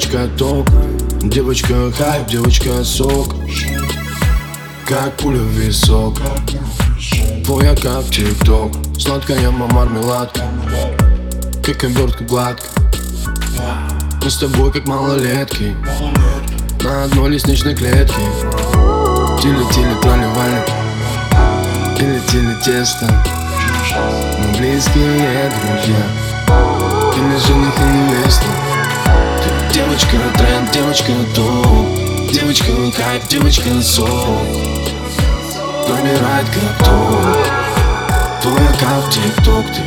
Девочка топ, девочка хайп, девочка сок, как пуля в висок. Твоя как тик-ток, сладкая мармеладка, как обертка гладко. Мы с тобой как малолетки на одной лестничной клетке. Тили-тили проливали, тили-тили тесто. Мы близкие друзья, или жених и невеста. Ты девочка тренд, девочка топ, девочка кайф, девочка сок, пробирает как топ. Твоя как в тик-ток ты.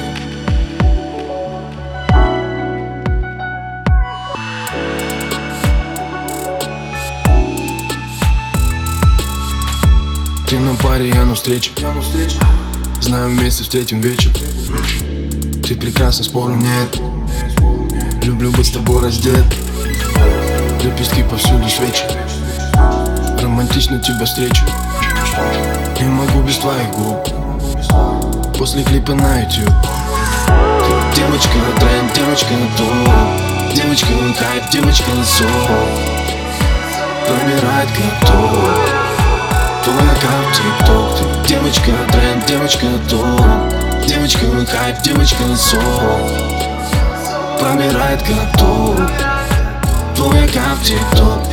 Ты на паре, я на встрече. Знаю, вместе встретим вечер. Ты прекрасна, спору нет. Люблю быть с тобой раздет. Лепестки повсюду свечи. Романтично тебя встречу. Не могу без твоих губ. После клипа на YouTube. Ты девочка тренд, девочка топ, девочка кайф, девочка сок, пробирает как топ. Твоя как тик-ток ты. Девочка тренд, девочка топ, девочка кайф, девочка сок, пробирает как топ. Твоя как тик-ток.